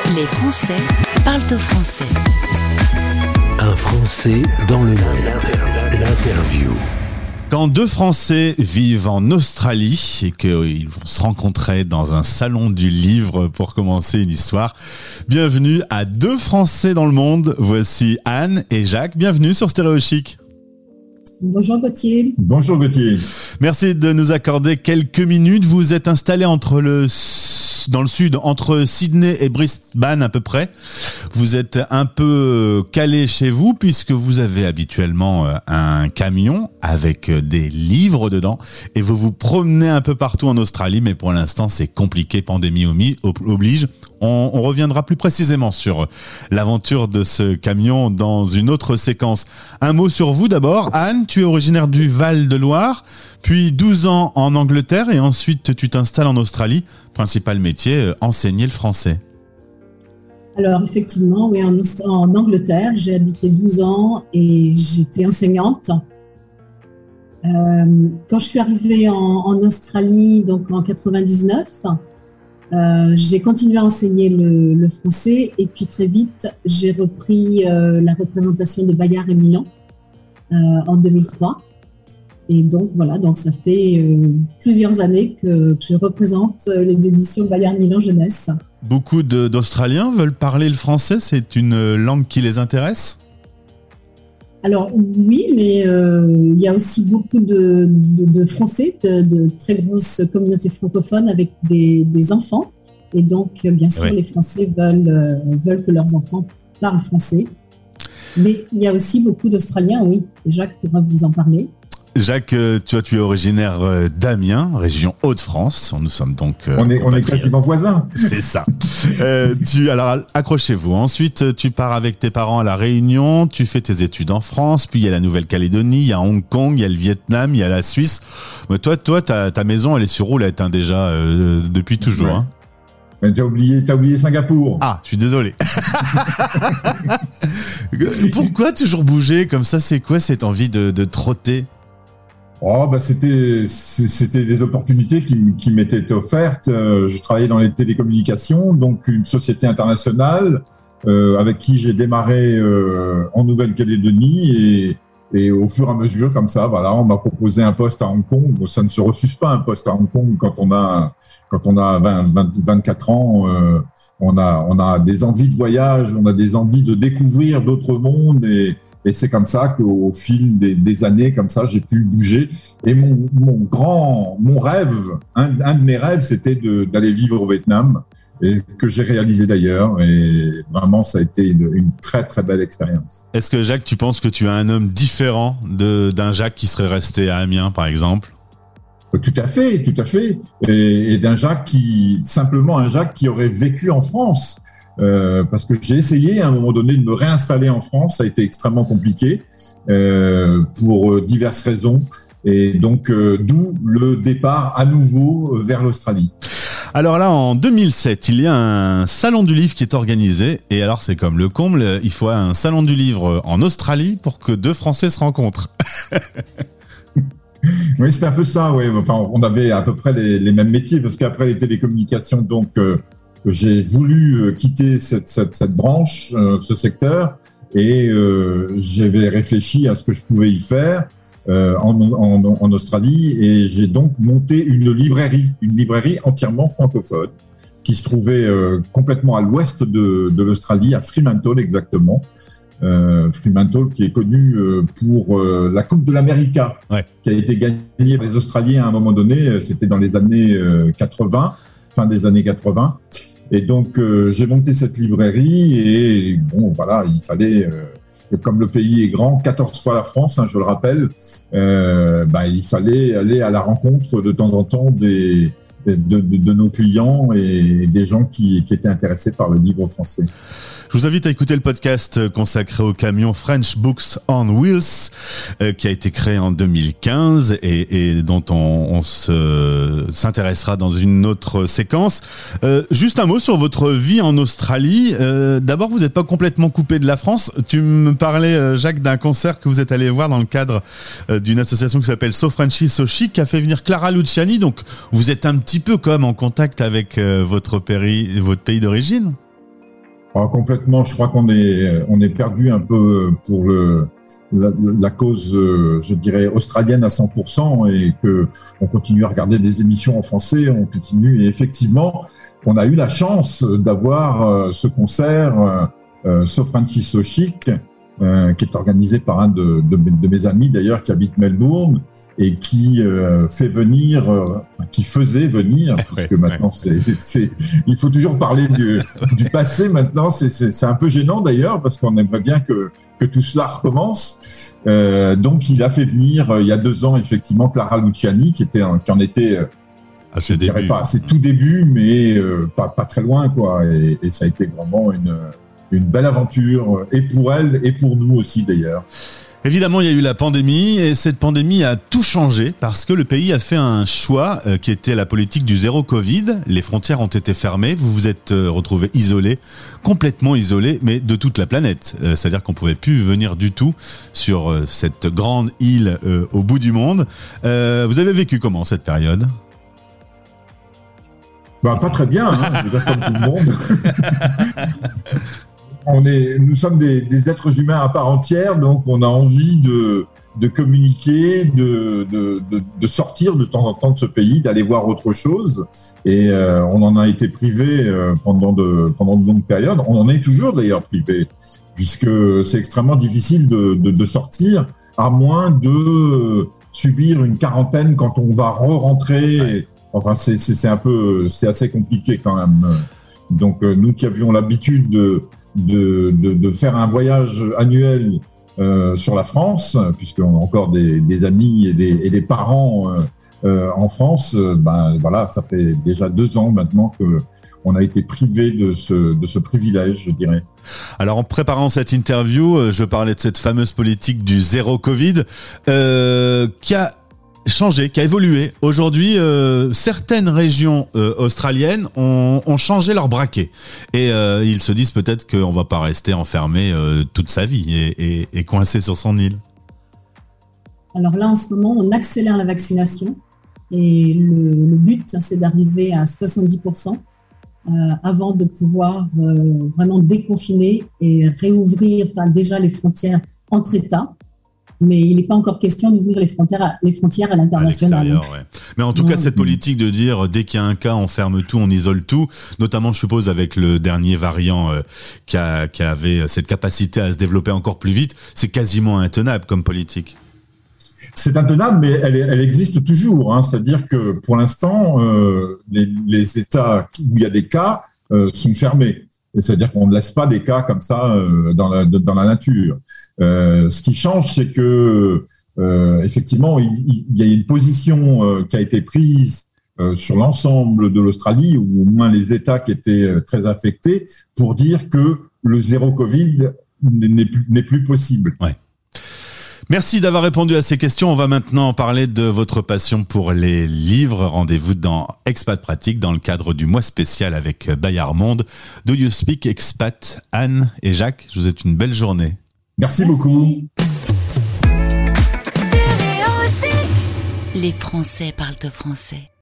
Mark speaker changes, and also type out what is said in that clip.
Speaker 1: Les Français parlent au français.
Speaker 2: Un Français dans le monde. L'interview.
Speaker 3: Quand deux Français vivent en Australie et qu'ils vont se rencontrer dans un salon du livre pour commencer une histoire, bienvenue à Deux Français dans le monde. Voici Anne et Jacques. Bienvenue sur Stéréo Chic.
Speaker 4: Bonjour Gauthier.
Speaker 5: Bonjour Gauthier.
Speaker 3: Merci de nous accorder quelques minutes. Vous êtes installés dans le sud, entre Sydney et Brisbane à peu près. Vous êtes un peu calé chez vous puisque vous avez habituellement un camion avec des livres dedans et vous vous promenez un peu partout en Australie, mais pour l'instant c'est compliqué, pandémie oblige. On reviendra plus précisément sur l'aventure de ce camion dans une autre séquence. Un mot sur vous d'abord. Anne, tu es originaire du Val-de-Loire, puis 12 ans en Angleterre et ensuite tu t'installes en Australie. Principal métier, enseigner le français.
Speaker 4: Alors effectivement, oui, en Angleterre, j'ai habité 12 ans et j'étais enseignante. Quand je suis arrivée en Australie, donc en 99, j'ai continué à enseigner le français et puis très vite, j'ai repris la représentation de Bayard et Milan en 2003. Et donc voilà, donc ça fait plusieurs années que je représente les éditions Bayard Milan Jeunesse.
Speaker 3: Beaucoup d'Australiens veulent parler le français, c'est une langue qui les intéresse ?
Speaker 4: Alors oui, mais il y a aussi beaucoup de Français, de très grosses communautés francophones avec des enfants. Et donc, bien sûr, les Français veulent que leurs enfants parlent français. Mais il y a aussi beaucoup d'Australiens, oui. Et Jacques pourra vous en parler.
Speaker 3: Jacques, tu es originaire d'Amiens, région Hauts-de-France. Nous sommes donc
Speaker 5: on est quasiment voisins.
Speaker 3: C'est ça. Alors accrochez-vous. Ensuite, tu pars avec tes parents à la Réunion. Tu fais tes études en France. Puis il y a la Nouvelle-Calédonie, il y a Hong Kong, il y a le Vietnam, il y a la Suisse. Mais toi, ta maison, elle est sur roulette déjà depuis toujours.
Speaker 5: Ouais. T'as oublié Singapour.
Speaker 3: Ah, je suis désolé. Pourquoi toujours bouger comme ça ? C'est quoi cette envie de trotter ?
Speaker 5: C'était des opportunités qui m'étaient offertes. Je travaillais dans les télécommunications, donc une société internationale avec qui j'ai démarré en Nouvelle-Calédonie et au fur et à mesure, comme ça, voilà, on m'a proposé un poste à Hong Kong. Bon, ça ne se refuse pas un poste à Hong Kong quand on a 24 ans. On a des envies de voyage, on a des envies de découvrir d'autres mondes et c'est comme ça qu'au fil des années, comme ça, j'ai pu bouger. Et mon rêve, un de mes rêves, c'était d'aller vivre au Vietnam, et que j'ai réalisé d'ailleurs. Et vraiment, ça a été une très, très belle expérience.
Speaker 3: Est-ce que Jacques, tu penses que tu as un homme différent d'un Jacques qui serait resté à Amiens, par exemple ?
Speaker 5: Tout à fait. Et d'un Jacques simplement un Jacques qui aurait vécu en France. Parce que j'ai essayé à un moment donné de me réinstaller en France, ça a été extrêmement compliqué pour diverses raisons, et donc d'où le départ à nouveau vers l'Australie.
Speaker 3: Alors là, en 2007, il y a un salon du livre qui est organisé, et alors c'est comme le comble, il faut un salon du livre en Australie pour que deux Français se rencontrent.
Speaker 5: Oui, c'est un peu ça, oui. Enfin, on avait à peu près les mêmes métiers, parce qu'après les télécommunications, donc j'ai voulu quitter cette branche, ce secteur, et j'avais réfléchi à ce que je pouvais y faire en Australie, et j'ai donc monté une librairie entièrement francophone, qui se trouvait complètement à l'ouest de l'Australie, à Fremantle exactement. Fremantle qui est connu pour la Coupe de l'Amérique, qui a été gagnée par les Australiens à un moment donné, c'était dans les années 80, fin des années 80. Et donc, j'ai monté cette librairie et bon, voilà, il fallait, comme le pays est grand, 14 fois la France, je le rappelle, il fallait aller à la rencontre de temps en temps de nos clients et des gens qui étaient intéressés par le livre français.
Speaker 3: Je vous invite à écouter le podcast consacré au camion French Books on Wheels qui a été créé en 2015 et dont on s'intéressera dans une autre séquence. Juste un mot sur votre vie en Australie. D'abord, vous n'êtes pas complètement coupé de la France. Tu me parlais, Jacques, d'un concert que vous êtes allé voir dans le cadre d'une association qui s'appelle So Frenchy So Chic, qui a fait venir Clara Luciani. Donc, vous êtes un petit peu comme en contact avec votre pays d'origine.
Speaker 5: Alors, complètement, je crois qu'on est perdu un peu pour la cause, je dirais, australienne à 100%, et que on continue à regarder des émissions en français, on continue, et effectivement, on a eu la chance d'avoir ce concert So Francis So Chic, qui est organisé par un de mes amis d'ailleurs, qui habite Melbourne, et qui qui faisait venir, puisque maintenant il faut toujours parler du passé maintenant, c'est un peu gênant d'ailleurs, parce qu'on aimerait bien que tout cela recommence. Donc il a fait venir il y a 2 ans effectivement Clara Luciani, qui en était
Speaker 3: à ses débuts.
Speaker 5: Pas à ses tout débuts, mais pas très loin, quoi, et ça a été vraiment une belle aventure, et pour elle et pour nous aussi d'ailleurs.
Speaker 3: Évidemment, il y a eu la pandémie, et cette pandémie a tout changé parce que le pays a fait un choix qui était la politique du zéro Covid. Les frontières ont été fermées, vous vous êtes retrouvés isolés, complètement isolés, mais de toute la planète. C'est-à-dire qu'on pouvait plus venir du tout sur cette grande île au bout du monde. Vous avez vécu comment cette période ?
Speaker 5: Pas très bien, je veux dire, comme tout le monde. Nous sommes des êtres humains à part entière, donc on a envie de communiquer, de sortir de temps en temps de ce pays, d'aller voir autre chose. Et on en a été privé pendant de longues périodes. On en est toujours d'ailleurs privé, puisque c'est extrêmement difficile de sortir, à moins de subir une quarantaine quand on va re-rentrer. Enfin, c'est assez compliqué quand même. Donc nous qui avions l'habitude de faire un voyage annuel sur la France, puisqu'on a encore des amis et des parents en France, voilà, ça fait déjà 2 ans maintenant que on a été privé de ce privilège, je dirais.
Speaker 3: Alors, en préparant cette interview, je parlais de cette fameuse politique du zéro Covid, qui a changé, qui a évolué. Aujourd'hui, certaines régions australiennes ont changé leur braquet. Et ils se disent peut-être qu'on va pas rester enfermé toute sa vie et coincé sur son île.
Speaker 4: Alors là, en ce moment, on accélère la vaccination. Et le but, c'est d'arriver à 70% avant de pouvoir vraiment déconfiner et réouvrir déjà les frontières entre États. Mais il n'est pas encore question d'ouvrir les frontières à l'international.
Speaker 3: Ouais. Mais en tout cas, cette politique de dire dès qu'il y a un cas, on ferme tout, on isole tout, notamment, je suppose, avec le dernier variant qui avait cette capacité à se développer encore plus vite, c'est quasiment intenable comme politique.
Speaker 5: C'est intenable, mais elle existe toujours. C'est-à-dire que pour l'instant, les États où il y a des cas sont fermés. C'est-à-dire qu'on ne laisse pas des cas comme ça dans la nature. Ce qui change, c'est que effectivement, il y a une position qui a été prise sur l'ensemble de l'Australie, ou au moins les États qui étaient très affectés, pour dire que le zéro Covid n'est plus possible.
Speaker 3: Ouais. Merci d'avoir répondu à ces questions. On va maintenant parler de votre passion pour les livres. Rendez-vous dans Expat Pratique dans le cadre du mois spécial avec Bayard Monde. Do you speak expat? Anne et Jacques, je vous souhaite une belle journée.
Speaker 5: Merci beaucoup.
Speaker 1: Les Français parlent au français.